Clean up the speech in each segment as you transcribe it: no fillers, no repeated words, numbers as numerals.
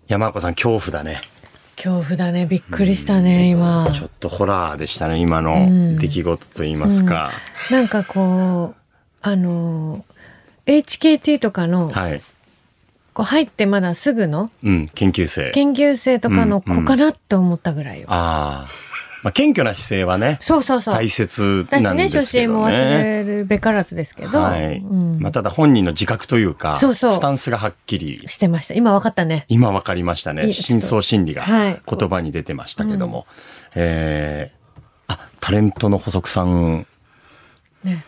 山子さん恐怖だね。 恐怖だね。びっくりしたね、今。 ちょっとホラーでしたね、今の出来事と言いますか。 なんかこう、HKT とかの、 はい。 こう入ってまだすぐの、 研究生とかの子かなって思ったぐらいよ。 ああ。まあ、謙虚な姿勢はね、 そう。 大切なんですけどね。 私ね、初心も忘れるべからずですけど。 はい。まあ、ただ本人の自覚というか、 そうスタンスがはっきりしてました。今分かったね。 今分かりましたね。深層心理が言葉に出てましたけども。タレントの補足さん。 ね。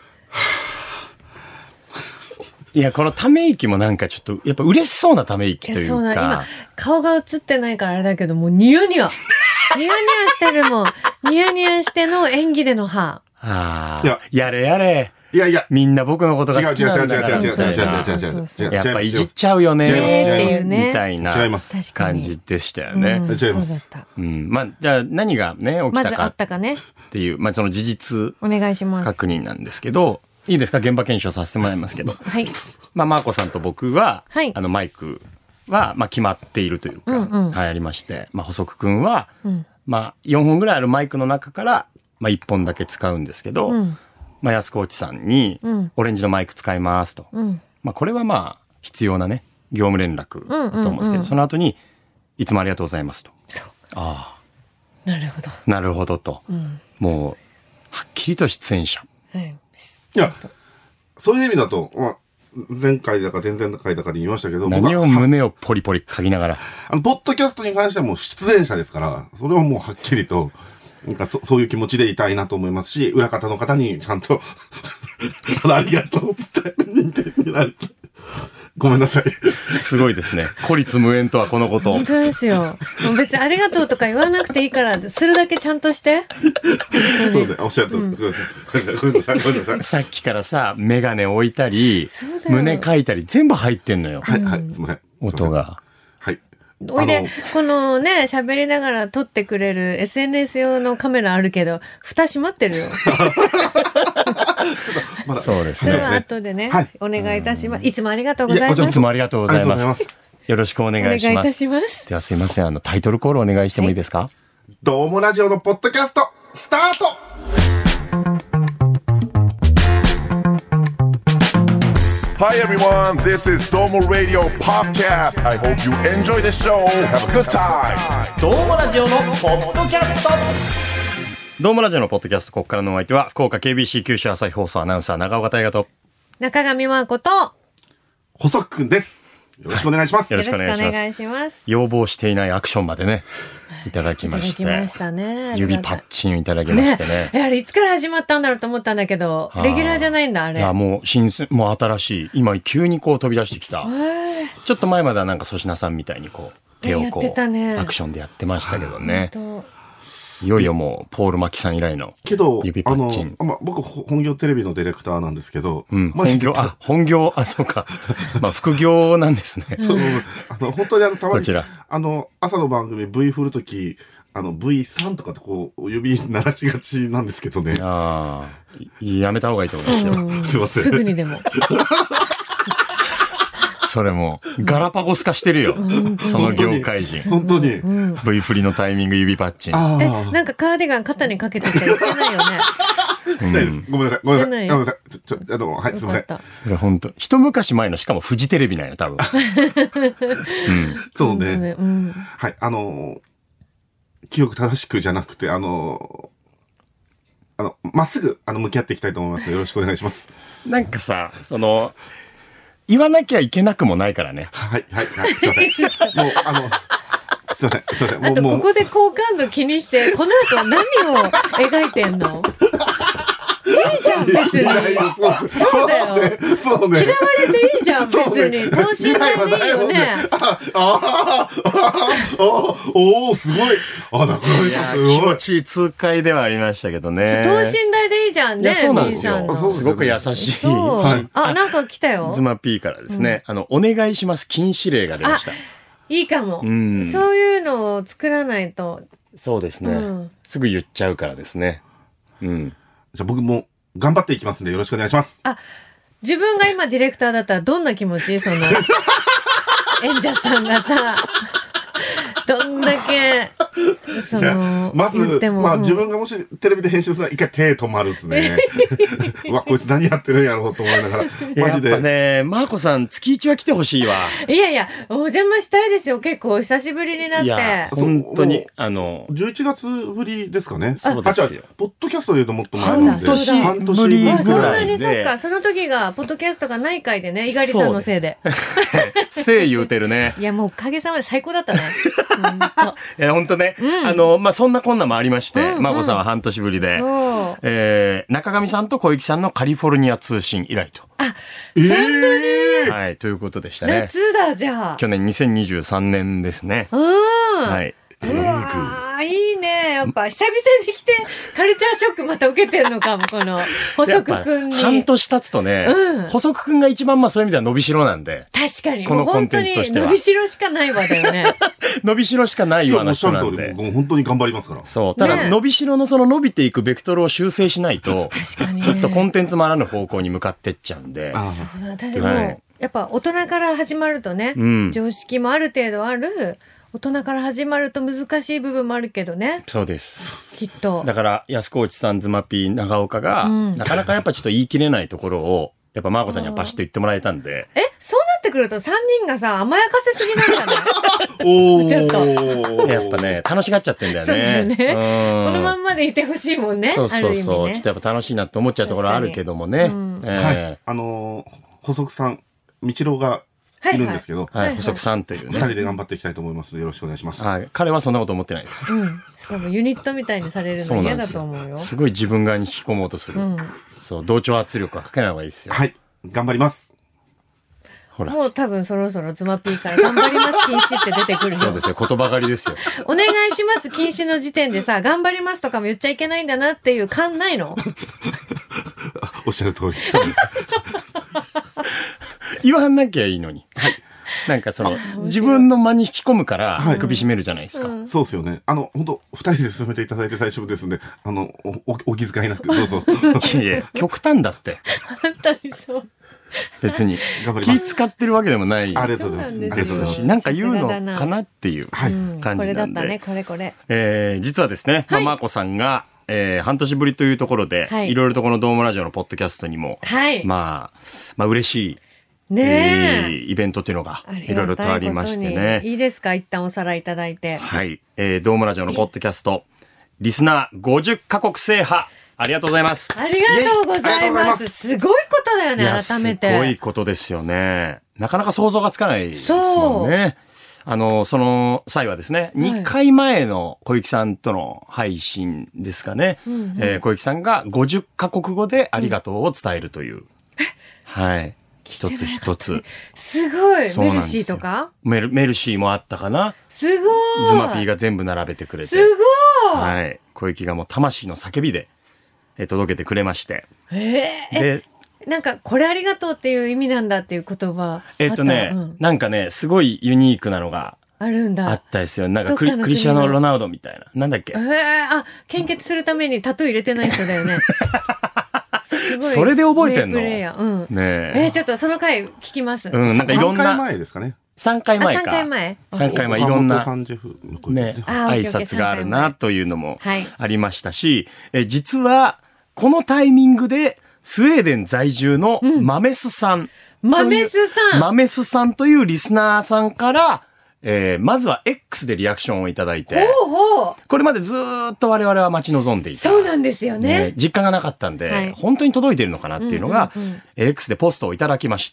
いや、このため息もなんかちょっと、やっぱ嬉しそうなため息というか。そうな、 今、顔が映ってないからあれだけど、もうニヤニヤしてるもん。ニヤニヤしての演技での歯。やれ。 いや。 みんな僕のことが好きなんだから。 違う。 やっぱいじっちゃうよね。 っていうね。 みたいな感じでしたよね。 違います。 まあ、じゃあ何がね、起きたか。 まずあったかね。 っていう、まあその事実。 お願いします。 確認なんですけど、いいですか、現場検証させてもらいますけど。 はい。 まあ、マーコさんと僕は、 はい、 マイクは、まあ、決まっているというか、はい、ありまして、まあ、補足くんは、まあ、4本ぐらいあるマイクの中から、まあ、1本だけ使うんですけど、まあ、安河内さんに、オレンジのマイク使いますと。まあ、これはまあ、必要なね、業務連絡だと思うんですけど、その後に、いつもありがとうございますと。 そう。 ああ。 なるほどと。もう、はっきりと出演者。 はい。 いや、そういう意味だと、まあ、前回だか前々回だかで言いましたけど、 何を胸をポリポリ嗅ぎながら。 ポッドキャストに関してはもう出演者ですから、それはもうはっきりと、なんかそういう気持ちでいたいなと思いますし、裏方の方にちゃんと、ありがとうって認定になる。ごめんなさい。 すごいですね。孤立無縁とはこのこと。 本当ですよ。もう別にありがとうとか言わなくていいから、するだけちゃんとして。 そうね、おっしゃるとおり。ごめんなさい。 さっきからさ、メガネ置いたり、胸書いたり、全部入ってんのよ。 はい、すみません。 音が。 はい。 おいで、このね、喋りながら撮ってくれる SNS 用のカメラあるけど、蓋閉まってるよ。 そうですね。 それは後でね、お願いいたします。いつもありがとうございます。 いつもありがとうございます。よろしくお願いします。 お願いいたします。 ではすいません、タイトルコールお願いしてもいいですか？ どうもラジオのポッドキャスト、スタート ！Hi everyone, this is Domo Radio Podcast. I hope you enjoy the show. Have a good time. どうもラジオのポッドキャスト。どうもラジオのポッドキャスト、ここからのお相手は福岡 KBC 九州朝日放送アナウンサー長岡大和と中上真子と補足くんです。よろしくお願いします。 よろしくお願いします。 要望していないアクションまでねいただきまして、 ね、 指パッチンいただきましてね。 あれいつから始まったんだろうと思ったんだけど、レギュラーじゃないんだあれ。 いやもうもう新しい、今急にこう飛び出してきた。ちょっと前まではなんか粗品さんみたいにこう手をこう、アクションでやってましたけどね。いよいよもうポール・マキさん以来の指パッチン。 僕本業テレビのディレクターなんですけど、 本業そうか。まあ副業なんですね。 本当にたまに朝の番組 V 振るときV3 とかってこう指鳴らしがちなんですけどね。 やめた方がいいと思いますよ。 すいません。 すぐにでも。 それもガラパゴス化してるよ。その業界人。 本当に。 V 振りのタイミング指パッチン。 なんかカーディガン肩にかけてたりしてないよね。 しないです。ごめんなさい。ごめんなさい。はい、すみません。 それ本当。一昔前のしかもフジテレビなんよ、多分。 そうね。はい、記憶正しくじゃなくて、まっすぐ、向き合っていきたいと思いますので、よろしくお願いします。 なんかさ、言わなきゃいけなくもないからね。 はい、すいません。もう、すいません。 あと、ここで好感度気にして、この後は何を描いてんの？いいじゃん、別に。そうだよ。嫌われていいじゃん、別に。等身大でいいよね。 おー、すごい。中上さんすごい。 気持ちいい痛快ではありましたけどね。 等身大でいいじゃんね。 そうなんですよ。すごく優しい。 なんか来たよ。 ズマ P からですね、お願いします禁止令が出ました。 いいかも。そういうのを作らないと。 そうですね。すぐ言っちゃうからですね。 じゃあ僕も頑張っていきますんでよろしくお願いします。 自分が今ディレクターだったらどんな気持ち？その演者さんがさどんだけまず、自分がもしテレビで編集するのは一回手止まるっすね。うわ、こいつ何やってるんやろうと思いながら。マジで。 やっぱね、マーコさん、月1は来てほしいわ。 いやいや、お邪魔したいですよ。結構久しぶりになって。いや、 本当に、 11月ぶりですかね。 そうですよ。 ポッドキャストで言うともっと前なんで。 半年ぶりぐらいで。 そんなに、そっか。その時が、ポッドキャストがない回でね、猪狩さんのせいで。 せい言うてるね。 いや、もうおかげさまで最高だったね。 いや、本当ね。そんなこんなもありまして、マーコさんは半年ぶりで、中上さんと小雪さんのカリフォルニア通信以来と。 あ、そんなにはい、ということでしたね。 夏だ、じゃあ。 去年2023年ですね。はい。 うわー、いいね。やっぱ久々に来てカルチャーショックまた受けてるのかも、この細くくんに。 半年経つとね、細くくんが一番そういう意味では伸びしろなんで。 確かに。 このコンテンツとしては。 伸びしろしかないわだよね。 伸びしろしかないような人なんで。 本当に頑張りますから。 そう。ただ、伸びしろのその伸びていくベクトルを修正しないと、 確かに。 ちょっとコンテンツもあらぬ方向に向かってっちゃうんで。 そうだ。だけど、やっぱ大人から始まるとね、常識もある程度ある、大人から始まると難しい部分もあるけどね。 そうです。 きっと。 だから、安河内さん、ズマピー、長岡が、なかなかやっぱちょっと言い切れないところを、やっぱマーコさんにはパシッと言ってもらえたんで。 そうなってくると3人がさ、甘やかせすぎなんだね。ちょっと。 やっぱね、楽しがっちゃってんだよね。 そうだよね。このまんまでいてほしいもんね。 そう。ちょっとやっぱ楽しいなって思っちゃうところあるけどもね。 はい。細くさん、みちろがいるんですけど、 細くさんというね。 二人で頑張っていきたいと思いますので、よろしくお願いします。 彼はそんなこと思ってない。 しかもユニットみたいにされるの嫌だと思うよ。 すごい自分側に引き込もうとする。そう、同調圧力はかけない方がいいですよ。 はい。頑張ります。 ほら。 もう多分そろそろズマピーから頑張ります禁止って出てくるよ。 そうですよ。言葉狩りですよ。 お願いします禁止の時点でさ、頑張りますとかも言っちゃいけないんだなっていう感ないの？ おっしゃる通り。 そうです。言わなきゃいいのに。はい。なんか自分の間に引き込むから首絞めるじゃないですか。 そうですよね。本当二人で進めていただいて大丈夫ですんで、お気遣いなくどうぞ。 いや極端だって。 本当にそう。 別に気使ってるわけでもないですし、なんか言うのかなっていう感じなんで。これだったね、 これ。 実はですね、マーコさんが半年ぶりというところで、いろいろとこのドームラジオのポッドキャストにも、まあ嬉しい。イベントっていうのがいろいろとありましてね。 いいですか、一旦おさらいいただいて。 はい。ドームラジオのポッドキャスト、リスナー50カ国制覇。ありがとうございます。 ありがとうございます。すごいことだよね、改めて。 すごいことですよね。なかなか想像がつかないですもんね。その際はですね、2回前の小雪さんとの配信ですかね。小雪さんが50カ国語でありがとうを伝えるという。はい。一つ一つ。 すごい。メルシーとかメルシーもあったかな。 すごい。 ズマピーが全部並べてくれて。 すごい。 はい。小雪がもう魂の叫びで、届けてくれまして。 で、なんか、これありがとうっていう意味なんだっていう言葉。 なんかね、すごいユニークなのが。 あるんだ。 あったですよ。なんかクリスチャーノ・ロナウドみたいな。なんだっけ。 献血するためにタトゥー入れてない人だよね。 それで覚えてんの？ ちょっとその回聞きます。 なんかいろんな。 3回前ですかね。 3回前か。3回前いろんな挨拶があるなというのもありましたし、実はこのタイミングでスウェーデン在住のマメスさん。マメスさんというリスナーさんから、まずは X でリアクションをいただいて、これまでずっと我々は待ち望んでいた。 そうなんですよね。 実感がなかったんで、本当に届いてるのかなっていうのが、X でポストをいただきまして、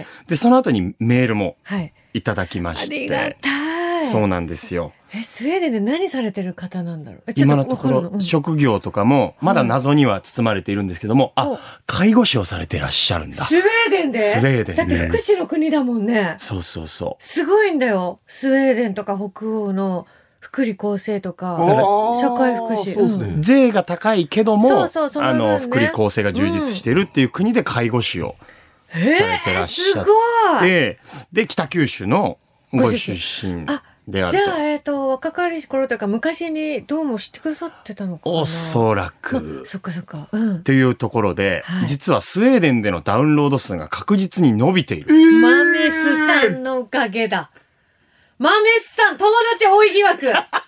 で、その後にメールもいただきまして。 ありがたい。 そうなんですよ。 スウェーデンで何されてる方なんだろう。 今のところ、職業とかも、まだ謎には包まれているんですけども、介護士をされていらっしゃるんだ。 スウェーデンで？ スウェーデンで。 だって福祉の国だもんね。 そう。 すごいんだよ。スウェーデンとか北欧の福利厚生とか、社会福祉。 税が高いけども、福利厚生が充実してるっていう国で介護士をされてらっしゃって、で、北九州のご出身。であると。 じゃあ、若かりし頃というか、昔にどうも知ってくださってたのかな。 おそらく。 そっか。 というところで、実はスウェーデンでのダウンロード数が確実に伸びている。 マメスさんのおかげだ。 マメスさん、友達多い疑惑。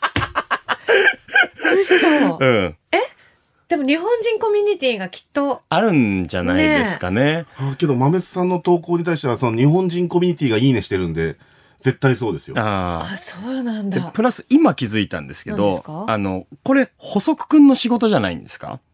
嘘。 うん。 でも日本人コミュニティがきっと。 あるんじゃないですかね。 けど、豆さんの投稿に対しては、その日本人コミュニティがいいねしてるんで、絶対そうですよ。 そうなんだ。 プラス今気づいたんですけど、これ、補足くんの仕事じゃないんですか？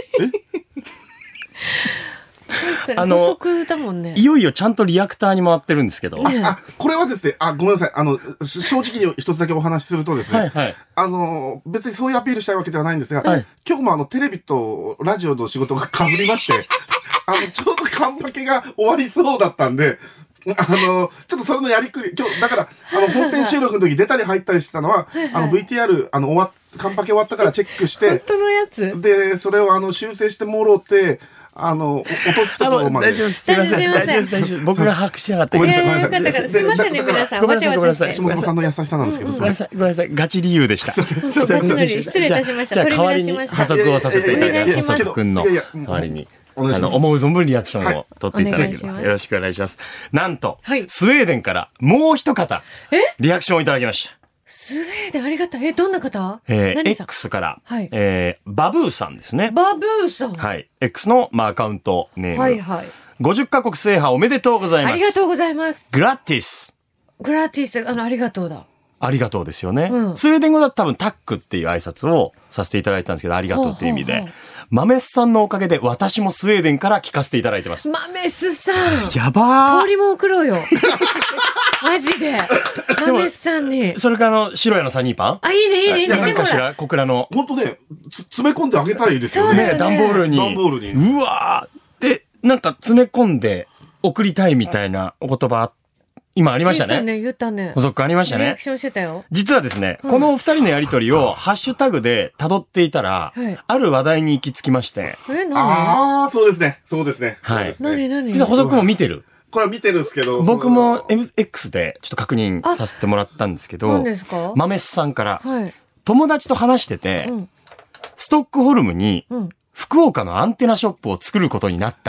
補足だもんね。 いよいよちゃんとリアクターに回ってるんですけど。 これはですね、ごめんなさい。正直に一つだけお話しするとですね、別にそういうアピールしたいわけではないんですが、今日もテレビとラジオの仕事が被りまして、ちょうどカンパケが終わりそうだったんで、ちょっとそれのやりくり、今日、だから、本編収録の時出たり入ったりしてたのは、VTR、カンパケ終わったからチェックして、 本当のやつで、それを修正してもろうて、落とすところまで。 大丈夫です。すいません。大丈夫です。僕が把握してなかった。 ごめんなさい。 よかったから。すいませんね、皆さん。 ごめんなさい。ごめんなさい。 下村さんの優しさなんですけど。 ごめんなさい。ごめんなさい。ガチ理由でした。 失礼いたしました。 じゃあ代わりに補足をさせていただきます。補足くんの代わりに。思う存分リアクションを取っていただければよろしくお願いします。なんと、スウェーデンからもう一方、リアクションをいただきました。 スウェーデンありがたい。どんな方 ？X から、バブーさんですね。 バブーさん。 はい。X の、アカウントネーム。50カ国制覇おめでとうございます。 ありがとうございます。 グラティス。 グラティス、ありがとうだ。 ありがとうですよね。スウェーデン語だと多分タックっていう挨拶をさせていただいたんですけど、ありがとうっていう意味で。マメスさんのおかげで私もスウェーデンから聞かせていただいてます。 マメスさん。 やばー。 通りも送ろうよ。マジで。マメスさんに。 それから白屋のサニーパン？ いいね、いいね。 何かしら小倉の。 本当ね、詰め込んであげたいですよね。 段ボールに。うわー。で、なんか詰め込んで送りたいみたいなお言葉今ありましたね。 言ったね。 補足ありましたね。 リアクションしてたよ。 実はですね、このお二人のやりとりをハッシュタグで辿っていたら、ある話題に行き着きまして。 何？ そうですね。そうですね。 はい。 何？ 実は補足も見てる。 これは見てるんですけど。 僕も X でちょっと確認させてもらったんですけど、 何ですか？ マメスさんから、友達と話してて、ストックホルムに福岡のアンテナショップを作ることになった。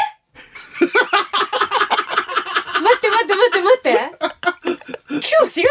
待って。今日4月1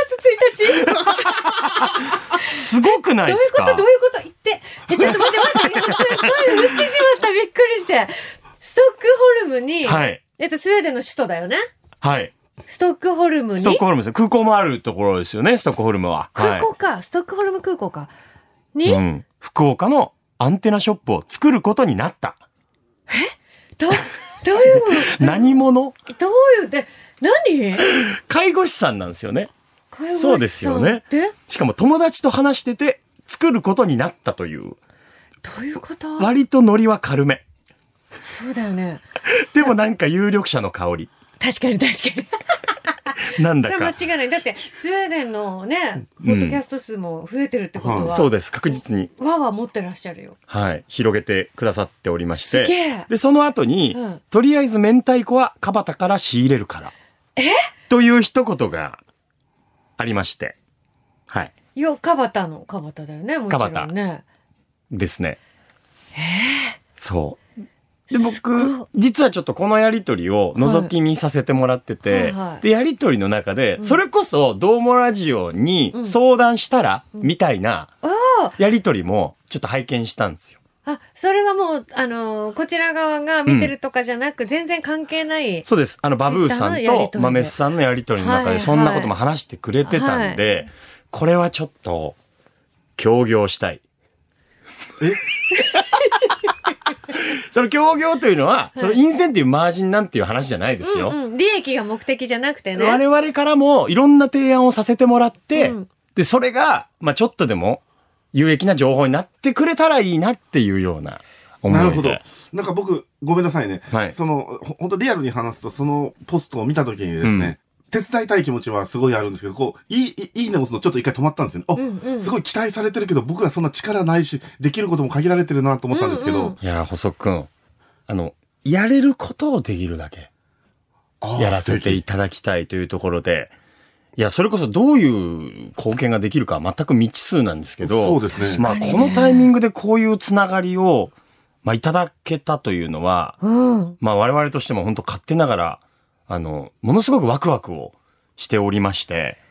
日すごくないですか？ どういうこと言って。ちょっと待って。すごい言ってしまった。びっくりして。ストックホルムに、スウェーデンの首都だよね。 はい。 ストックホルムに。 ストックホルムです。空港もあるところですよね、ストックホルムは。 空港か。ストックホルム空港か。に、 福岡のアンテナショップを作ることになった。 どういうこと何者？ どういう、何？ 介護士さんなんですよね。そうですよね。しかも友達と話してて作ることになったという。 どういうこと？ 割とノリは軽め。 そうだよね。 でもなんか有力者の香り。 確かに。 なんだか。 それ間違いない。だってスウェーデンのね、ポッドキャスト数も増えてるってことは。 そうです。確実に。 わ持ってらっしゃるよ。 はい。広げてくださっておりまして。 すげえ。 で、その後に、とりあえず明太子はカバタから仕入れるから。という一言がありまして。はい。カバタだよね。もちろんね。ですね。そう。で、僕、実はちょっとこのやりとりを覗き見させてもらってて、で、やりとりの中で、それこそ、どうもラジオに相談したら、みたいな、やりとりもちょっと拝見したんですよ。 それはもう、こちら側が見てるとかじゃなく、全然関係ない。 そうです。バブーさんとマメスさんのやりとりの中で、そんなことも話してくれてたんで、これはちょっと、協業したい。その協業というのは、そのインセンティブマージンなんていう話じゃないですよ。 利益が目的じゃなくてね。 我々からもいろんな提案をさせてもらって、で、それが、ちょっとでも有益な情報になってくれたらいいなっていうような思いで。 なるほど。なんか僕、ごめんなさいね。本当リアルに話すと、そのポストを見たときにですね、手伝いたい気持ちはすごいあるんですけど、いいね押すのちょっと一回止まったんですよね。すごい期待されてるけど、僕らそんな力ないし、できることも限られてるなと思ったんですけど。 いや、細くん、やれることをできるだけ、やらせていただきたいというところで、いや、それこそどういう貢献ができるかは全く未知数なんですけど、 そうですね。 このタイミングでこういうつながりを、いただけたというのは、我々としても本当勝手ながら、ものすごくワクワクをしておりまして。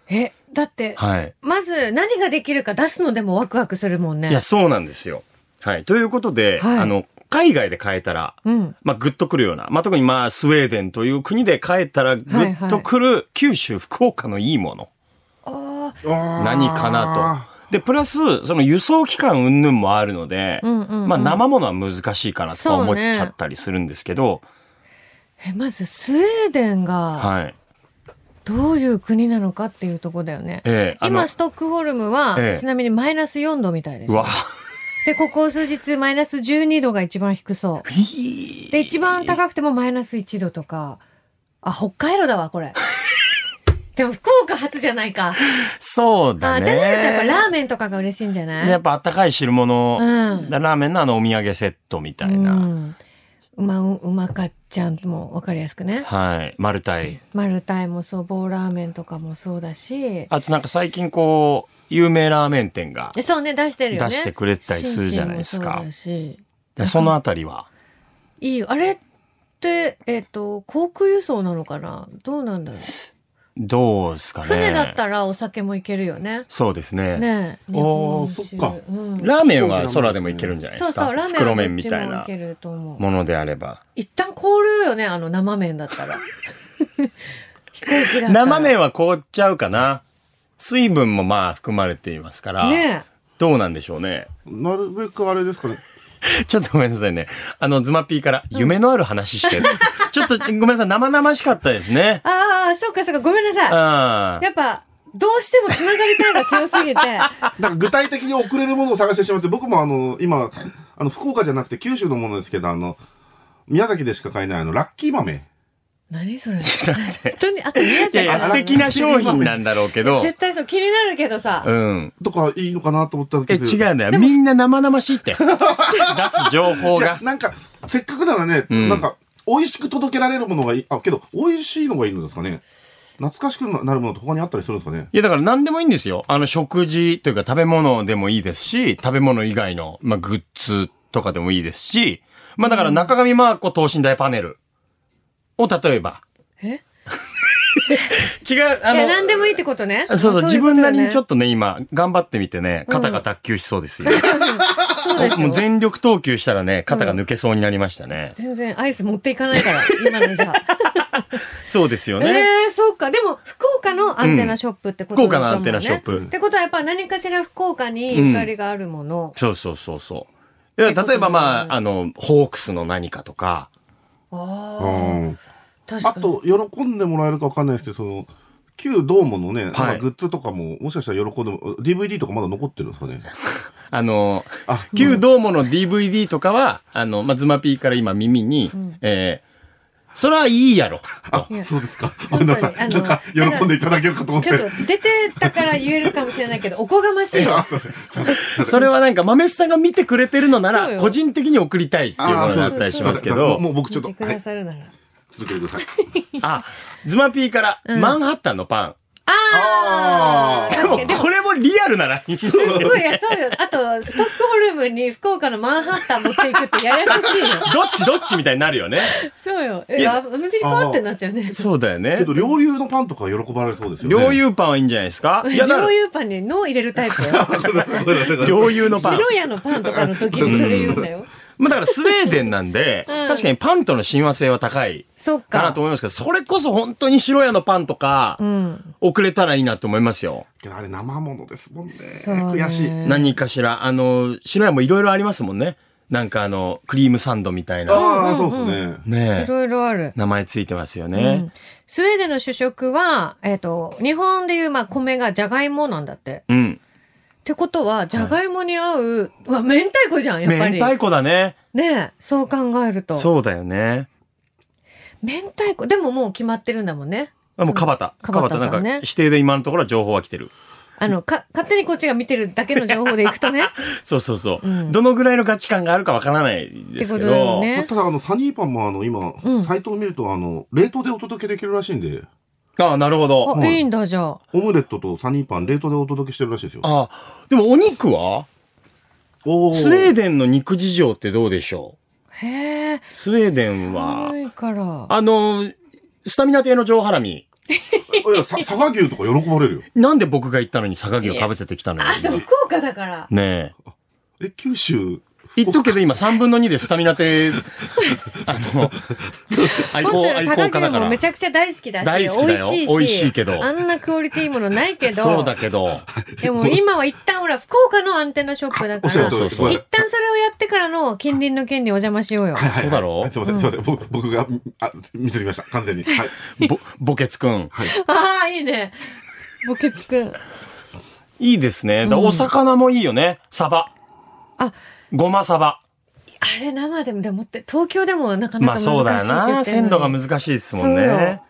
だって、 はい。 まず何ができるか出すのでもワクワクするもんね。 いや、そうなんですよ。はい。ということで、 はい、 海外で買えたら、まあ、グッとくるような、まあ、特にまあ、スウェーデンという国で買えたら、グッとくる、九州、福岡のいいもの。何かなと。で、プラス、その輸送期間云々もあるので、まあ、生ものは難しいかなと思っちゃったりするんですけど。 まず、スウェーデンが、はい。どういう国なのかっていうところだよね。今、ストックホルムは、ちなみにマイナス4度みたいです。で、ここ数日マイナス12度が一番低そう。で、一番高くてもマイナス1度とか。北海道だわ、これ。でも福岡初じゃないか。 そうだね。 ってなるとやっぱラーメンとかが嬉しいんじゃない？ やっぱあったかい汁物、ラーメンのお土産セットみたいな。 うまかっちゃんも分かりやすくね。 はい。マルタイ。 マルタイもそう、棒ラーメンとかもそうだし。 あとなんか最近こう、有名ラーメン店が。 そうね、出してるよね。 出してくれたりするじゃないですか。 そうだし。 そのあたりは。 いいよ。あれって、航空輸送なのかな？どうなんだろう。 どうですかね。 船だったらお酒もいけるよね。 そうですね。 ねえ。 そっか。 ラーメンは空でもいけるんじゃないですか。 そうそう、ラーメンは袋麺みたいなものであれば。 一旦凍るよね、生麺だったら。飛行機だったら。 生麺は凍っちゃうかな。水分もまあ含まれていますから。ねえ。どうなんでしょうね。 なるべくあれですかね。 ちょっとごめんなさいね。ズマピーから夢のある話してる。ちょっとごめんなさい。生々しかったですね。 そうかそうか。ごめんなさい。やっぱ、どうしてもつながりたいが強すぎて。 なんか具体的に送れるものを探してしまって、僕も今、福岡じゃなくて九州のものですけど、宮崎でしか買えないラッキー豆。 何それ。 ちょっと待って。 本当に、あと宮崎。 いやいや、素敵な商品なんだろうけど。 絶対そう、気になるけどさ。 とかいいのかなと思ったけど。 違うんだよ。みんな生々しいって。出す情報が。 なんか、せっかくならね、なんか、美味しく届けられるものがいい。けど、美味しいのがいいのですかね。懐かしくなるものって他にあったりするんですかね。 いや、だから何でもいいんですよ。食事というか食べ物でもいいですし、食べ物以外の、まあ、グッズとかでもいいですし、まあ、だから中上真亜子等身大パネルを例えば。違う、 何でもいいってことね。 そう、自分なりにちょっとね、今、頑張ってみてね、肩が脱臼しそうですよ。 そうですよ。 もう全力投球したらね、肩が抜けそうになりましたね。 全然アイス持っていかないから、今のじゃ。 そうですよね。 そうか。でも、福岡のアンテナショップってことだと思うね。 福岡のアンテナショップ。 ってことはやっぱ何かしら福岡にゆかりがあるもの。 そう。例えばまあ、ホークスの何かとか。 あと、喜んでもらえるか分かんないですけど、旧ドームのね、グッズとかも、もしかしたら喜んでも、DVD とかまだ残ってるんですかね。 旧ドームの DVD とかは、まあ、ズマピーから今耳に、それはいいやろ。 そうですか。ごめんなさい。なんか、喜んでいただけるかと思って。 ちょっと、出てたから言えるかもしれないけど、おこがましい。 それはなんか、豆さんが見てくれてるのなら、個人的に送りたいっていうものだったりしますけど。 もう僕ちょっと。 見てくださるなら。 続けてください。 ズマピーから、マンハッタンのパン。でもこれもリアルならいいすごい、そうよ。あと、ストックホルムに福岡のマンハッタン持っていくってややこしいよ。 どっちみたいになるよね。 そうよ。アメピリカってなっちゃうね。 そうだよね。 けど、両流のパンとか喜ばれそうですよね。 両流パンはいいんじゃないですか。 両流パンに脳入れるタイプよ。 両流のパン。 白屋のパンとかの時にそれ言うんだよ。 まあだからスウェーデンなんで、確かにパンとの親和性は高いかなと思いますけど、それこそ本当に白屋のパンとか、送れたらいいなと思いますよ。 けどあれ生ものですもんね。悔しい。 何かしら、白屋もいろいろありますもんね。なんかクリームサンドみたいな。 そうですね。 ねえ。 いろいろある。 名前ついてますよね。 スウェーデンの主食は、日本でいう米がじゃがいもなんだって。ってことは、じゃがいもに合う、明太子じゃん、やっぱり。 明太子だね。 ねえ、そう考えると。 そうだよね。 明太子、でももう決まってるんだもんね。 もう川端なんか指定で今のところは情報は来てる。 勝手にこっちが見てるだけの情報でいくとね。 そう。どのぐらいのガチ感があるかわからないですけど。 ただサニーパンも今、サイトを見ると冷凍でお届けできるらしいんで。 なるほど。 いいんだ、じゃあ。 オムレットとサニーパン、冷凍でお届けしてるらしいですよ。 でもお肉はスウェーデンの肉事情ってどうでしょう？ へえ。 スウェーデンは、 寒いから。 スタミナ系の上ハラミ。 いや、佐賀牛とか喜ばれるよ。 なんで僕が言ったのに佐賀牛をかぶせてきたのよ。 あ、でも福岡だから。 ねえ。九州。 言っとくけど今3分の2でスタミナ亭、 愛好家だから。もめちゃくちゃ大好きだし。 大好きだよ。美味しいけど。 あんなクオリティいいものないけど。 そうだけど。 でも今は一旦ほら、福岡のアンテナショップだから、一旦それをやってからの近隣の県にお邪魔しようよ。 そうだろう。 すいません、すいません。僕が、見てみました。完全に。はい。 墓穴くん。 ああ、いいね。墓穴くん。 いいですね。お魚もいいよね。サバ。 あ、 ごまサバ。 あれ生でもって東京でもなかなか難しいって言ってるのに。 まあそうだよな。鮮度が難しいですもんね。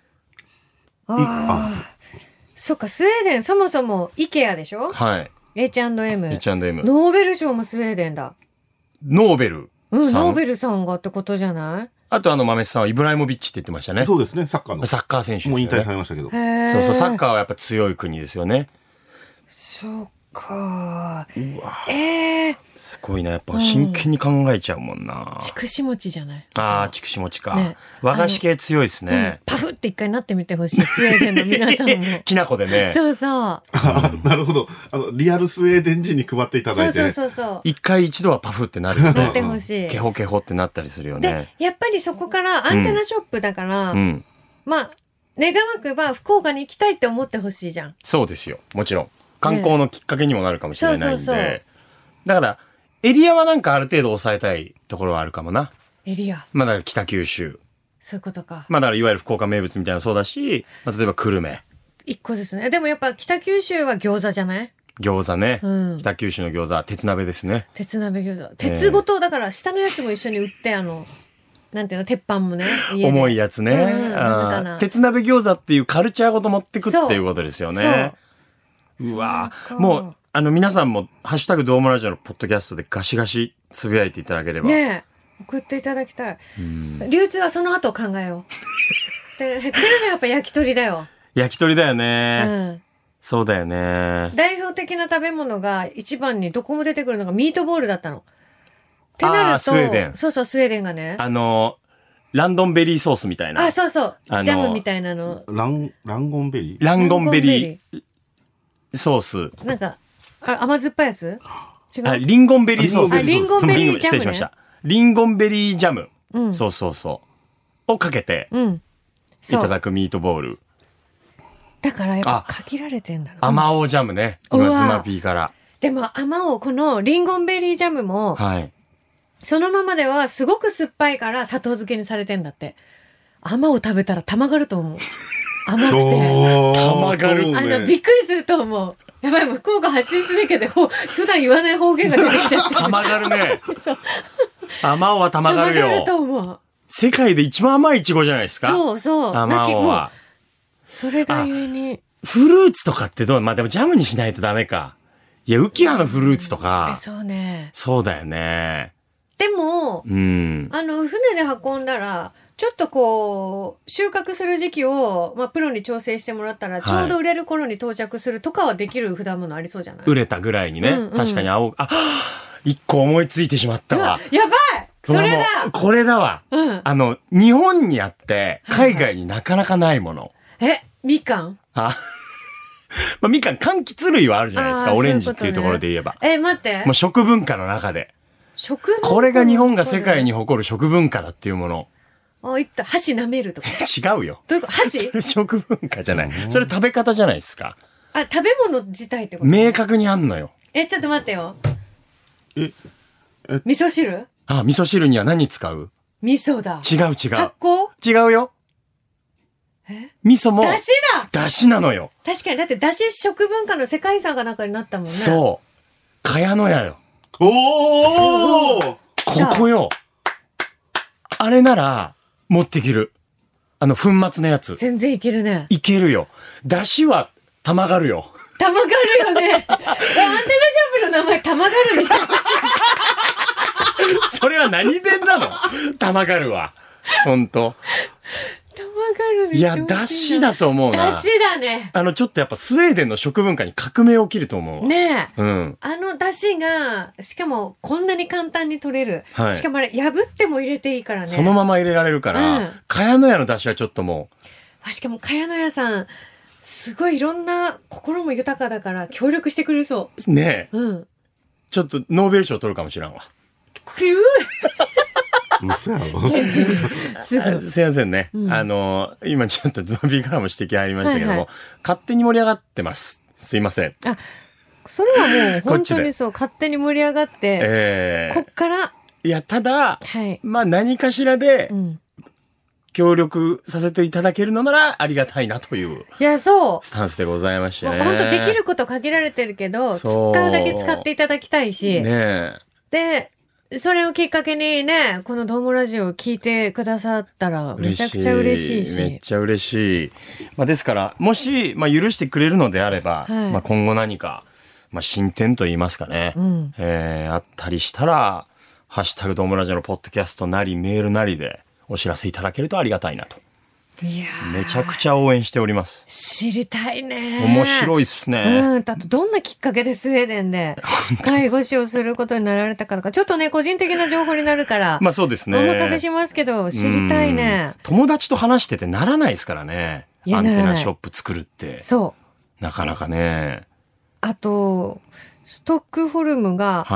そっか、スウェーデン、そもそも IKEA でしょ？ はい。 H&M。 H&M。 ノーベル賞もスウェーデンだ。 ノーベルノーベルさんがってことじゃない？ あと豆さんはイブライモビッチって言ってましたね。 そうですね、サッカーの。 サッカー選手ですよね。 もう引退されましたけど。 そうそう、サッカーはやっぱ強い国ですよね。 そうか。 うわ。すごいな。やっぱ真剣に考えちゃうもんな。 筑紫餅じゃない？ ああ、筑紫餅か。ね、和菓子系強いですね。 パフって一回なってみてほしい。スウェーデンの皆さんも。 きなこでね。 そうそう。 なるほど。リアルスウェーデン人に配っていただいて。 そう。 一度はパフってなるよね。 なってほしい。 ケホケホってなったりするよね。 で、やっぱりそこからアンテナショップだから、まあ、願わくば福岡に行きたいって思ってほしいじゃん。 そうですよ。もちろん。観光のきっかけにもなるかもしれないんで。だから、エリアはなんかある程度抑えたいところはあるかもな。 エリア。 まあだから北九州。 そういうことか。 まあだからいわゆる福岡名物みたいなのそうだし、まあ、例えば久留米。 一個ですね。でもやっぱ北九州は餃子じゃない？ 餃子ね。北九州の餃子、鉄鍋ですね。 鉄鍋餃子。鉄ごと、だから下のやつも一緒に売って、なんていうの、鉄板もね。 重いやつね。鉄鍋餃子っていうカルチャーごと持ってくっていうことですよね。うわもう、皆さんも、ハッシュタグドームラジオのポッドキャストでガシガシつぶやいていただければ。 ねえ。送っていただきたい。流通はその後考えよう。で、久留米はやっぱ焼き鳥だよ。 焼き鳥だよね。そうだよね。 代表的な食べ物が一番にどこも出てくるのがミートボールだったの。ってなると、 スウェーデン。 そうそう、スウェーデンがね。 ランドンベリーソースみたいな。 そうそう。ジャムみたいなの。 ランゴンベリー？ ランゴンベリーソース。 なんか、甘酸っぱいやつ？違う。 リンゴンベリーソース。 リンゴンベリージャム、ね。 失礼しました。リンゴンベリージャム。そうをかけて、いただくミートボール。 だからやっぱ限られてんだろう。 あまおうジャムね。今ズマピーから。 でもあまおう、このリンゴンベリージャムも、そのままではすごく酸っぱいから砂糖漬けにされてんだって。あまおう食べたらたまがると思う。甘くて。 たまがる。 びっくりすると思う。やばい、もう福岡発信しなきゃで、普段言わない方言が出てきちゃって。 たまがるね。そう。あまおうはたまがるよ。たまがると思う。 世界で一番甘いイチゴじゃないですか。 そう。 あまおうは。 それがゆえに。 フルーツとかってどう？まあでもジャムにしないとダメか。いや、浮葉のフルーツとか。 そうね。 そうだよね。 でも、船で運んだら、ちょっとこう、収穫する時期を、プロに調整してもらったら、ちょうど売れる頃に到着するとかはできる果物ありそうじゃない？ 売れたぐらいにね。確かに一個思いついてしまったわ。 やばい！それだ！ これだわ。日本にあって、海外になかなかないもの。 みかん？ みかん、柑橘類はあるじゃないですか。オレンジっていうところで言えば。 待って。 もう食文化の中で。これが日本が世界に誇る食文化だっていうもの。 箸舐めるとか。 違うよ。 どういうこと？箸？ それ食文化じゃない。それ食べ方じゃないですか。 食べ物自体ってこと？ 明確にあんのよ。 ちょっと待ってよ。味噌汁？ 味噌汁には何使う？ 味噌だ。 違う。 発酵？ 違うよ。味噌も。 だしだ！ だしなのよ。 確かに、だってだし食文化の世界遺産が中になったもんね。 そう。茅野屋よ。 おー！ ここよ。あれなら、持ってきる。粉末のやつ。 全然いけるね。 いけるよ。だしは、たまがるよ。 たまがるよね。アンテナショップの名前、たまがるにしてほしい。 それは何弁なの？たまがるは。ほんと。 たまがるいや、だしだと思うな。 だしだね。 ちょっとやっぱスウェーデンの食文化に革命起きると思う。 ねえ。 だしが、しかもこんなに簡単に取れる。しかもあれ、破っても入れていいからね。 そのまま入れられるから、茅野屋のだしはちょっともう、 しかも茅野屋さんすごいいろんな心も豊かだから協力してくれそう。 ねえ。 うん。 ちょっとノーベル賞取るかもしれんわ。 嘘やろ。 現地にすぐ。 すいませんね。今ちょっとズマビーからも指摘ありましたけども、勝手に盛り上がってます。すいません。 それはもう本当にそう、勝手に盛り上がって、こっから。 いや、ただ、まあ何かしらで、協力させていただけるのならありがたいなという、いや、そう。スタンスでございましてね。 本当できること限られてるけど、使うだけ使っていただきたいし。ねで、それをきっかけにね、このドームラジオを聞いてくださったらめちゃくちゃ嬉しいし。 めっちゃ嬉しい。まあですから、もし、まあ許してくれるのであれば、まあ今後何か、まあ進展と言いますかね、あったりしたら、ハッシュタグドームラジオのポッドキャストなりメールなりでお知らせいただけるとありがたいなと。いやめちゃくちゃ応援しております。 知りたいね。 面白いっすね。 あとどんなきっかけでスウェーデンで介護士をすることになられたかとか、ちょっとね、個人的な情報になるから。 まあそうですね。 お任せしますけど、知りたいね。 友達と話しててならないですからね。アンテナショップ作るって。そう。なかなかね。 あと、ストックホルムが、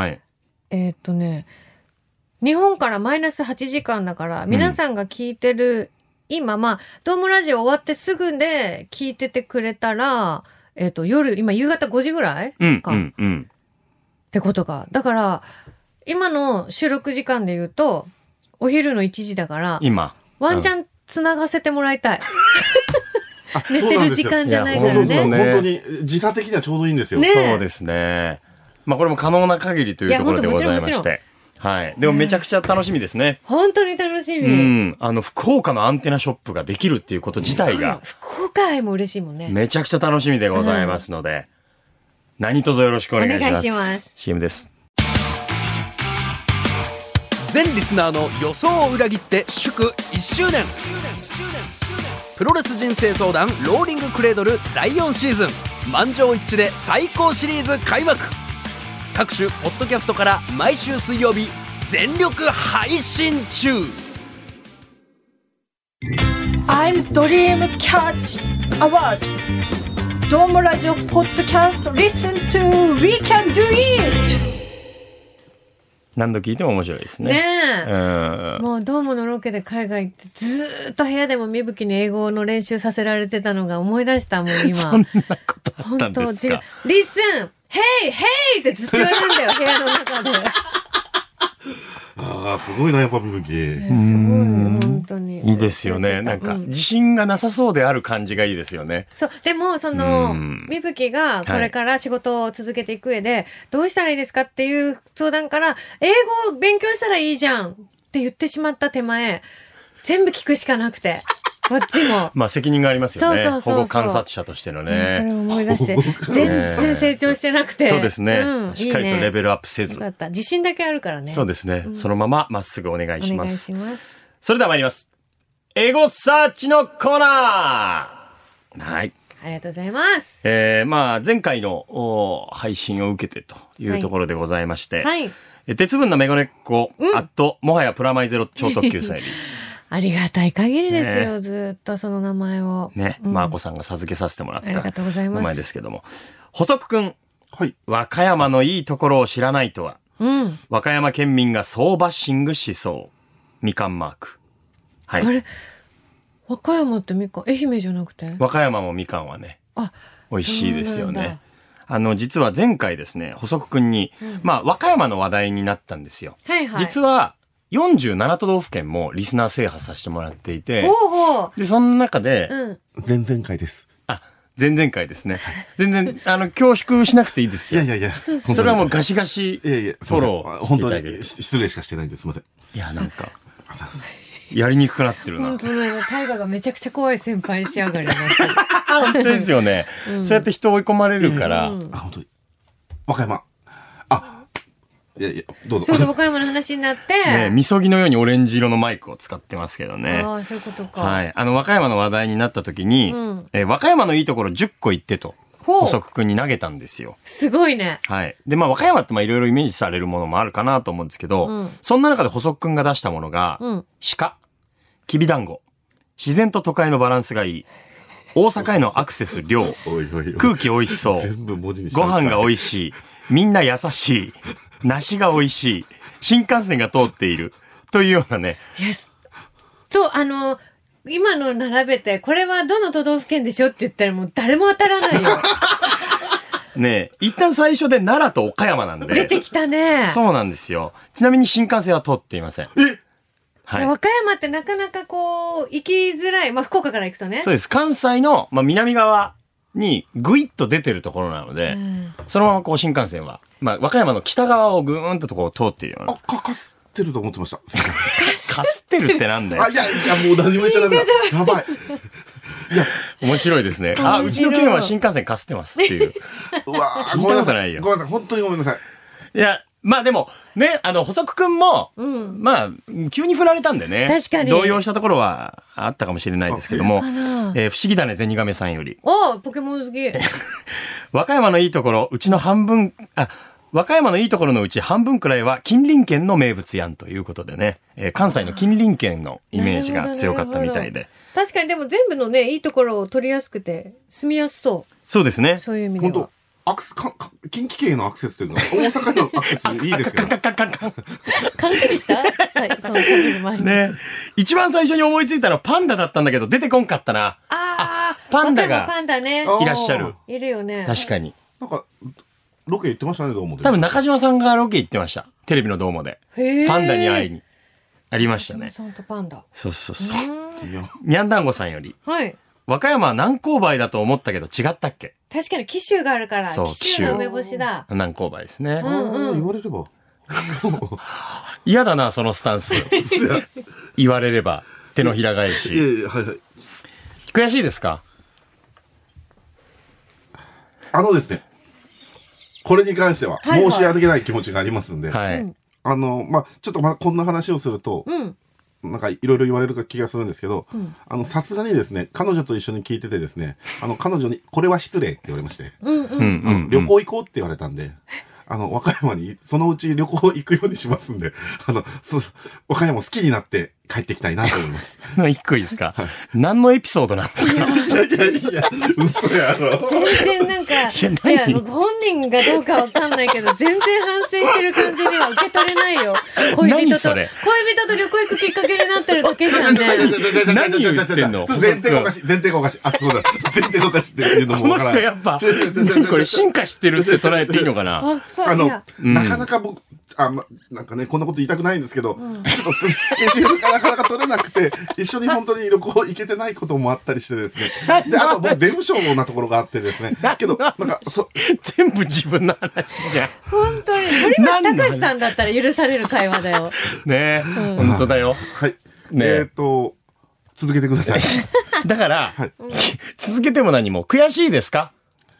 日本からマイナス8時間だから、皆さんが聞いてる、今、まあ、ドームラジオ終わってすぐで聞いててくれたら、夜、今夕方5時ぐらいか。ってことか。だから、今の収録時間で言うと、お昼の1時だから、 今。 ワンチャン繋がせてもらいたい。寝てる時間じゃないからね。 本当に、時差的にはちょうどいいんですよ。 そうですね。まあ、これも可能な限りというところでございまして。はい。でもめちゃくちゃ楽しみですね。 本当に楽しみ。 福岡のアンテナショップができるっていうこと自体が。 福岡愛も嬉しいもんね。 めちゃくちゃ楽しみでございますので、何卒よろしくお願いします。お願いします。CM です。 全リスナーの予想を裏切って祝1周年。プロレス人生相談ローリングクレードル第4シーズン。満場一致で最高シリーズ開幕。各種ポッドキャストから毎週水曜日全力配信中。 I'm Dream Catch Award ドームラジオポッドキャスト Listen to We Can Do It。 何度聞いても面白いですね。 ねえ。もうドームのロケで海外行ってずーっと部屋でもみぶきに英語の練習させられてたのが思い出したもん今。 そんなことあったんですか。 リッスンヘイヘイってずっと言われるんだよ部屋の中で。 ああ、すごいな、やっぱみぶき。すごい、 本当に。 いいですよね。なんか、自信がなさそうである感じがいいですよね。 そう。でも、みぶきがこれから仕事を続けていく上で、どうしたらいいですかっていう相談から、英語を勉強したらいいじゃんって言ってしまった手前、全部聞くしかなくて。こっちも。 まあ責任がありますよね。保護観察者としてのね。 それを思い出して、全然成長してなくて。 そうですね。しっかりとレベルアップせず。 よかった。自信だけあるからね。 そうですね。そのまままっすぐお願いします。 お願いします。 それでは参ります。エゴサーチのコーナー。はい。 ありがとうございます。 まあ前回の配信を受けてというところでございまして。 はい。 鉄分なメガネっ子、もはやプラマイゼロ超特急整備。 ありがたい限りですよ、ずっとその名前を。 ね、マーコさんが授けさせてもらった。 ありがとうございます。 名前ですけども。補足くん。はい。和歌山のいいところを知らないとは。和歌山県民が総バッシングしそう。みかんマーク。はい。 あれ和歌山ってみかん、愛媛じゃなくて和歌山もみかんはね、美味しいですよね。実は前回ですね、補足くんに、まあ、和歌山の話題になったんですよ。 はいはい。 実は、47都道府県もリスナー制覇させてもらっていて、で、その中で、 前々回です。 前々回ですね。全然、恐縮しなくていいですよ。 いや。 それはもうガシガシ、フォローしていただいて。 本当に失礼しかしてないんです。すみません。 いや、なんか、やりにくくなってるな。 本当ね、大河がめちゃくちゃ怖い先輩仕上がりになってる。 本当ですよね。そうやって人追い込まれるから。 本当に。和歌山。いや、どうぞ。 そうだ、和歌山の話になって。 ね、みそぎのようにオレンジ色のマイクを使ってますけどね。 ああ、そういうことか。 はい。和歌山の話題になった時に、和歌山のいいところ10個言ってと、補足くんに投げたんですよ。 すごいね。 はい。で、まあ、和歌山っていろいろイメージされるものもあるかなと思うんですけど、そんな中で補足くんが出したものが、鹿、きびだんご、 自然と都会のバランスがいい。大阪へのアクセス良。 おいおいおい空気美味しそう。 全部文字にしご飯が美味しい。みんな優しい。梨が美味しい。新幹線が通っている。というようなね。 そう、今の並べて、これはどの都道府県でしょって言ったらもう誰も当たらないよ。 ねえ、一旦最初で奈良と岡山なんで。 出てきたね。 そうなんですよ。ちなみに新幹線は通っていません。はい。 和歌山ってなかなかこう、行きづらい。まあ、福岡から行くとね。 そうです。関西の、南側にぐいっと出てるところなので、そのままこう新幹線は、和歌山の北側をぐーんとこう通っているような。 かすってると思ってました。 かすってるってなんだよ。 いや、もう何も言っちゃダメだ。やばい。 面白いですね。あ、うちの県は新幹線かすってますっていう。 うわ聞いたことないよ。 ごめんなさい。本当にごめんなさい。 いや、でも、ね、補足くんも、急に振られたんでね。 確かに。 動揺したところはあったかもしれないですけども、不思議だね、ゼニガメさんより。 ポケモン好き。 和歌山のいいところ、和歌山のいいところのうち半分くらいは近隣県の名物やんということでね、関西の近隣県のイメージが強かったみたいで。 確かにでも全部のね、いいところを取りやすくて住みやすそう。 そうですね。 そういう意味では。 本当近畿圏へのアクセスというのは大阪へのアクセスいいですけど。 関係したその前に。 ね。一番最初に思いついたのはパンダだったんだけど出てこんかったな。パンダがいらっしゃる。 いるよね。 確かに。 なんか、ロケ行ってましたね、どうも。 多分中島さんがロケ行ってました。テレビのどうもで。パンダに会いに。ありましたね。 中島さんとパンダ。 そう。にゃんだんごさんより。 はい。 和歌山は南高梅だと思ったけど違ったっけ？ 確かに紀州があるから、紀州の梅干しだ。 南高梅ですね。 言われれば。 嫌だな、そのスタンス。言われれば、手のひら返し。悔しいですか？ ですね、これに関しては申し訳ない気持ちがありますんで、ちょっとこんな話をすると、なんかいろいろ言われる気がするんですけど、さすがにですね、彼女と一緒に聞いててですね、彼女にこれは失礼って言われまして、旅行行こうって言われたんで、和歌山にそのうち旅行行くようにしますんで、和歌山好きになって帰ってきたいなと思います。 一個いいですか？何のエピソードなんですか？ いや、嘘やろ。 全然なんか、本人がどうかわかんないけど、全然反省してる感じには受け取れないよ。恋人と旅行行くきっかけになってるだけじゃんね。 何言ってんの？ 前提がおかしい。あ、そうだ。前提がおかしいっていうのもわからない。 この人やっぱ、これ進化してるって捉えていいのかな？ なかなか僕、なんかね、こんなこと言いたくないんですけど、ちょっとスケジュールがなかなか取れなくて、一緒に本当に旅行行けてないこともあったりしてですね。で、あと僕、出不精なところがあってですね。けど、なんか、 全部自分の話じゃん。 本当に。堀松隆さんだったら許される会話だよ。 ねえ、本当だよ。 はい。続けてください。 だから、続けても何も悔しいですか？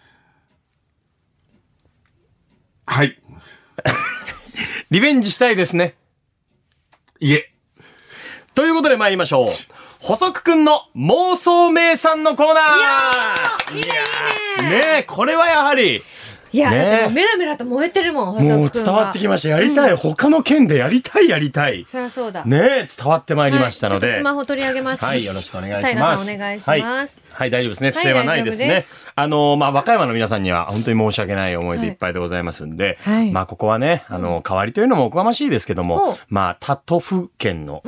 はい。 リベンジしたいですね。 いえ。 ということで参りましょう。補足くんの妄想名産のコーナー。 いやねえ、これはやはり。 いや、でもメラメラと燃えてるもん、 もう伝わってきました。やりたい。他の県でやりたい。 そりゃそうだ。 ねえ、伝わってまいりましたので。 ちょっとスマホ取り上げます。 はい、よろしくお願いします。 タイガさんお願いします。 はい、大丈夫ですね。不正はないですね。和歌山の皆さんには本当に申し訳ない思いでいっぱいでございますんで、ここはね、代わりというのもおこがましいですけども、他都道府県の、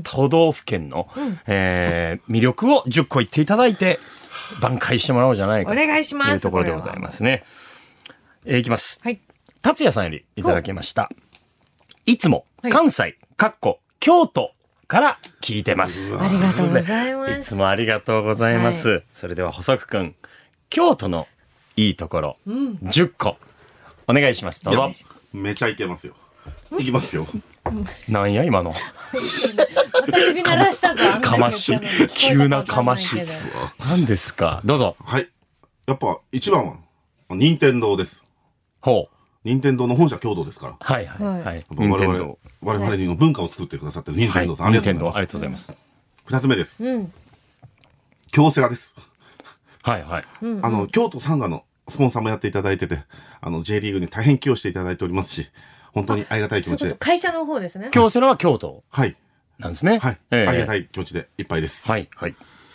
魅力を10個言っていただいて、挽回してもらおうじゃないかというところでございますね。いきます。達也さんよりいただきました。いつも関西、京都から聞いてます。 ありがとうございます。 いつもありがとうございます。それでは補足くん、京都のいいところ、10個お願いします。どうぞ。 めちゃいけますよ。いきますよ。 なんや今の。 また指鳴らしたぞ。 かまし。急なかまし。何ですか。どうぞ。 はい。やっぱ一番は任天堂です。 ほう。 任天堂の本社京都ですから。 はいはいはい。 我々の文化を作ってくださってる任天堂さん、ありがとうございます。2つ目です。京セラです。 はいはい。 京都サンガのスポンサーもやっていただいてて、J リーグに大変寄与していただいておりますし、本当にありがたい気持ちで。 会社の方ですね。 京セラは京都。 はい。 なんですね。 はい。ありがたい気持ちでいっぱいです。 はい。はい。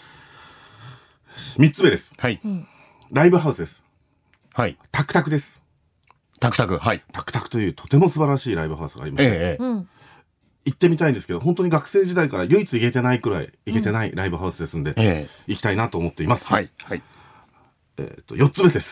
3つ目です。 はい。 ライブハウスです。 はい。 タクタクです。 タクタク。はい。 タクタクというとても素晴らしいライブハウスがありまして。行ってみたいんですけど、本当に学生時代から唯一行けてないくらい行けてないライブハウスですんで、行きたいなと思っています。 はい。はい。 4つ目です。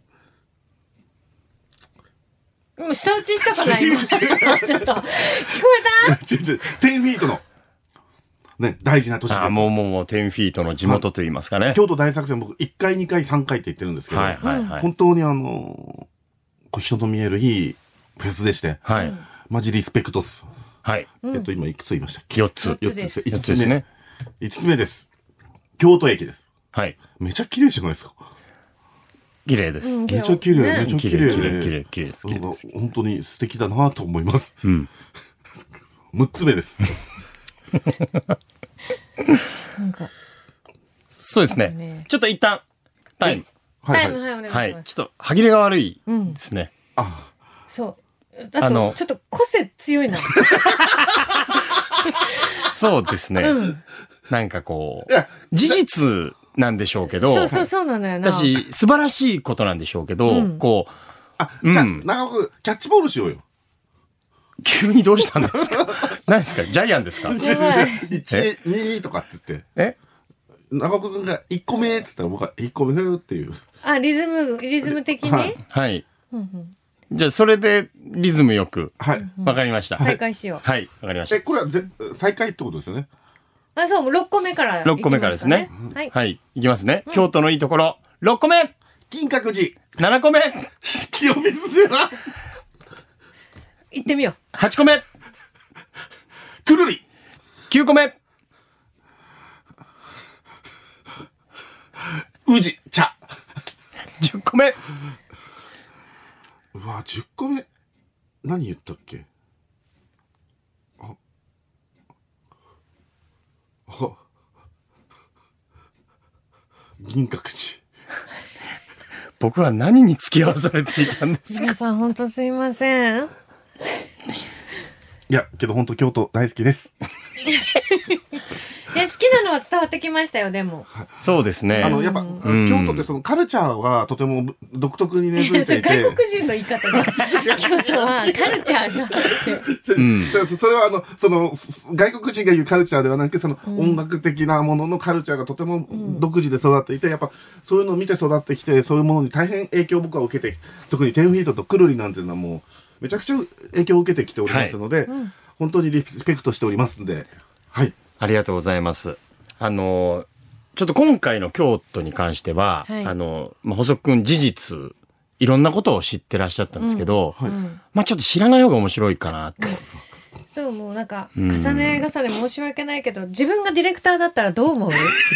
もう舌打ちしたかない今。ちょっと、聞こえた 10フィートの、ね、大事な年です。 もう10フィートの地元と言いますかね。 京都大作戦僕1回、2回、3回って言ってるんですけど、本当に人の見えるいいフェスでして、マジリスペクトス。 はい。 今いくつ言いましたっけ？ 4つ。 4つです。5つですね。5つ目です。京都駅です。 はい。 めちゃ綺麗じゃないですか。 綺麗です。 めちゃ綺麗、めちゃ綺麗で。綺麗です。 本当に素敵だなと思います。 うん。 6つ目です。 そうですね。ちょっと一旦、タイム。 はい、お願いします。 はい。ちょっと、歯切れが悪いですね。 そう。あと、ちょっと個性強いな。 そうですね。なんかこう、事実なんでしょうけど、 そうなのよな。 私、素晴らしいことなんでしょうけど、こう、じゃあ、長くキャッチボールしようよ。 急にどうしたんですか？何ですか？ジャイアンですか ？1、2とかって言って。長岡君が1個目って言ったら僕は1個目っていう。 リズム的に？ はい。じゃあ、それでリズムよく。はい。わかりました。 再開しよう。 はい。わかりました。 これは再開ってことですよね。 そう、6個目から。 6個目からですね。はい。いきますね。京都のいいところ。6個目金閣寺。 7個目清水寺。 行ってみよう。 8個目くるり。 9個目宇治茶。 10個目うわ、10個目。何言ったっけ？銀閣寺。 僕は何に付き合わされていたんですか？ 皆さん本当すいません。 いや、けど本当京都大好きです。 好きなのは伝わってきましたよ、でも。 そうですね。 やっぱ、京都ってそのカルチャーはとても独特に根付いていて。 外国人の言い方が。京都はカルチャーがあって。 それは外国人が言うカルチャーではなく、音楽的なもののカルチャーがとても独自で育っていて、やっぱそういうのを見て育ってきて、そういうものに大変影響を僕は受けて、特に10フィートとくるりなんていうのはもう、めちゃくちゃ影響を受けてきておりますので、本当にリスペクトしておりますんで、はい。 ありがとうございます。ちょっと今回の京都に関しては、細くん事実、いろんなことを知ってらっしゃったんですけど、ちょっと知らない方が面白いかなって。 そう、もうなんか、重ね重ね申し訳ないけど、自分がディレクターだったらどう思う？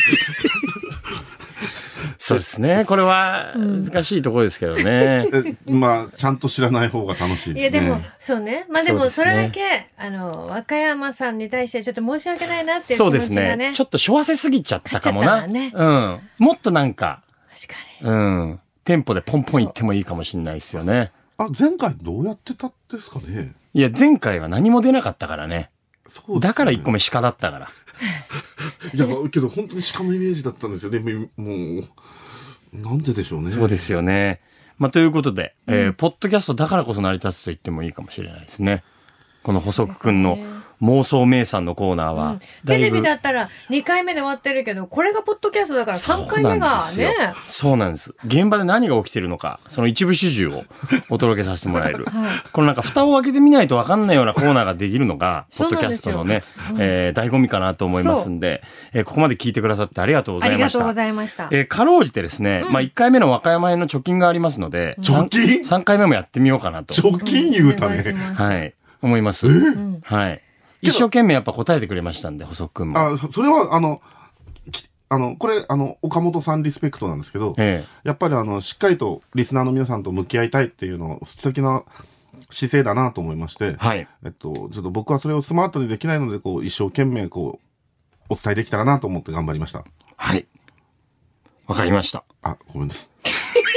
そうですね。これは難しいところですけどね。 ちゃんと知らない方が楽しいですね。 いや、でも、そうね。でも、それだけ、和歌山さんに対してちょっと申し訳ないなっていう気持ちがね。そうですね。 ちょっとしょわせすぎちゃったかもな。もっとなんか、 確かに。 テンポでポンポンいってもいいかもしれないですよね。 前回どうやってたんですかね？ いや、前回は何も出なかったからね。だから1個目鹿だったから。 いや、けど本当に鹿のイメージだったんですよね。もう、なんででしょうね。 そうですよね。ということで、ポッドキャストだからこそ成り立つと言ってもいいかもしれないですね。この細くんの妄想名産のコーナーは、 テレビだったら2回目で終わってるけど、これがポッドキャストだから3回目がね。 そうなんです。現場で何が起きてるのか、その一部始終をお届けさせてもらえる。このなんか蓋を開けてみないと分かんないようなコーナーができるのが、ポッドキャストのね、醍醐味かなと思いますんで、ここまで聞いてくださってありがとうございました。 ありがとうございました。 かろうじてですね、1回目の和歌山編の貯金がありますので、3回目もやってみようかなと。 貯金言うたね。 はい。思います。はい。一生懸命やっぱ答えてくれましたんで、細くんも。 それは、これ、岡本さんリスペクトなんですけど、やっぱりしっかりとリスナーの皆さんと向き合いたいっていうの、素敵な姿勢だなと思いまして、ちょっと僕はそれをスマートにできないので、一生懸命お伝えできたらなと思って頑張りました。 はい。わかりました。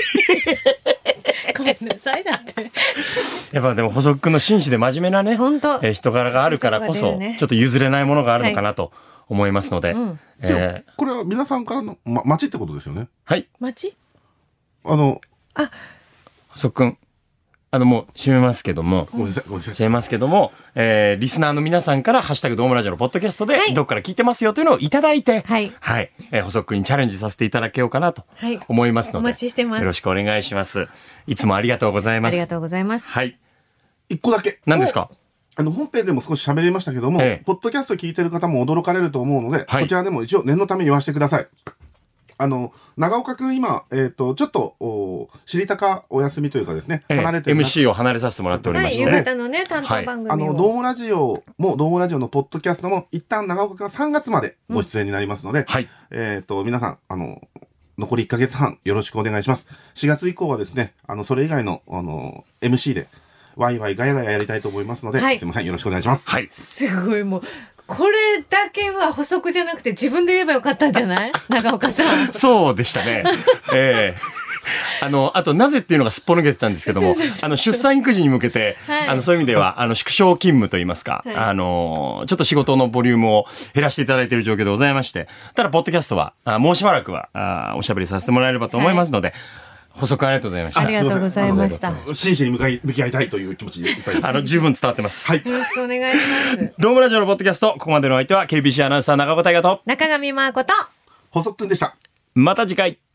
ごめんなさい。 ごめんなさいだって。 やっぱでも細くんの真摯で真面目なね、 本当人柄があるからこそ、 人が出るねちょっと譲れないものがあるのかなと思いますので、 でこれは皆さんからの、町ってことですよね。 はい。 町細くん、もう締めますけども、 ごめんなさい、ごめんなさい。 締めますけども、リスナーの皆さんからハッシュタグドームラジオのポッドキャストで、どっから聞いてますよというのをいただいて、 はい。 細くんにチャレンジさせていただけようかなと思いますので、 お待ちしてます。 よろしくお願いします。いつもありがとうございます。 ありがとうございます。 はい。 一個だけ。 何ですか？ 本編でも少し喋りましたけども、ポッドキャスト聞いてる方も驚かれると思うので、こちらでも一応念のために言わせてください。長岡くん今、ちょっと、知りたかお休みというかですね、 離れてる。MC を離れさせてもらっておりまして。 夕方のね、担当番組を。 ドームラジオのポッドキャストも、一旦長岡くんが3月までご出演になりますので、皆さん、残り1ヶ月半よろしくお願いします。4月以降はですね、それ以外の、MC で、ワイワイガヤガヤやりたいと思いますので、すいません、よろしくお願いします。 はい。 すごいもう、これだけは補足じゃなくて自分で言えばよかったんじゃない長岡さん。 そうでしたね。あと、なぜっていうのがすっぽ抜けてたんですけども、出産育児に向けて、そういう意味では、縮小勤務といいますか、ちょっと仕事のボリュームを減らしていただいている状況でございまして、ただ、ポッドキャストは、もうしばらくは、おしゃべりさせてもらえればと思いますので、補足ありがとうございました。 ありがとうございました。 真摯に向き合いたいという気持ちでいっぱいです。 十分伝わってます。 はい。 よろしくお願いします。 ドームラジオのポッドキャスト、ここまでの相手は KBC アナウンサー中岡大和と中上真亜子と細くんでした。 また次回。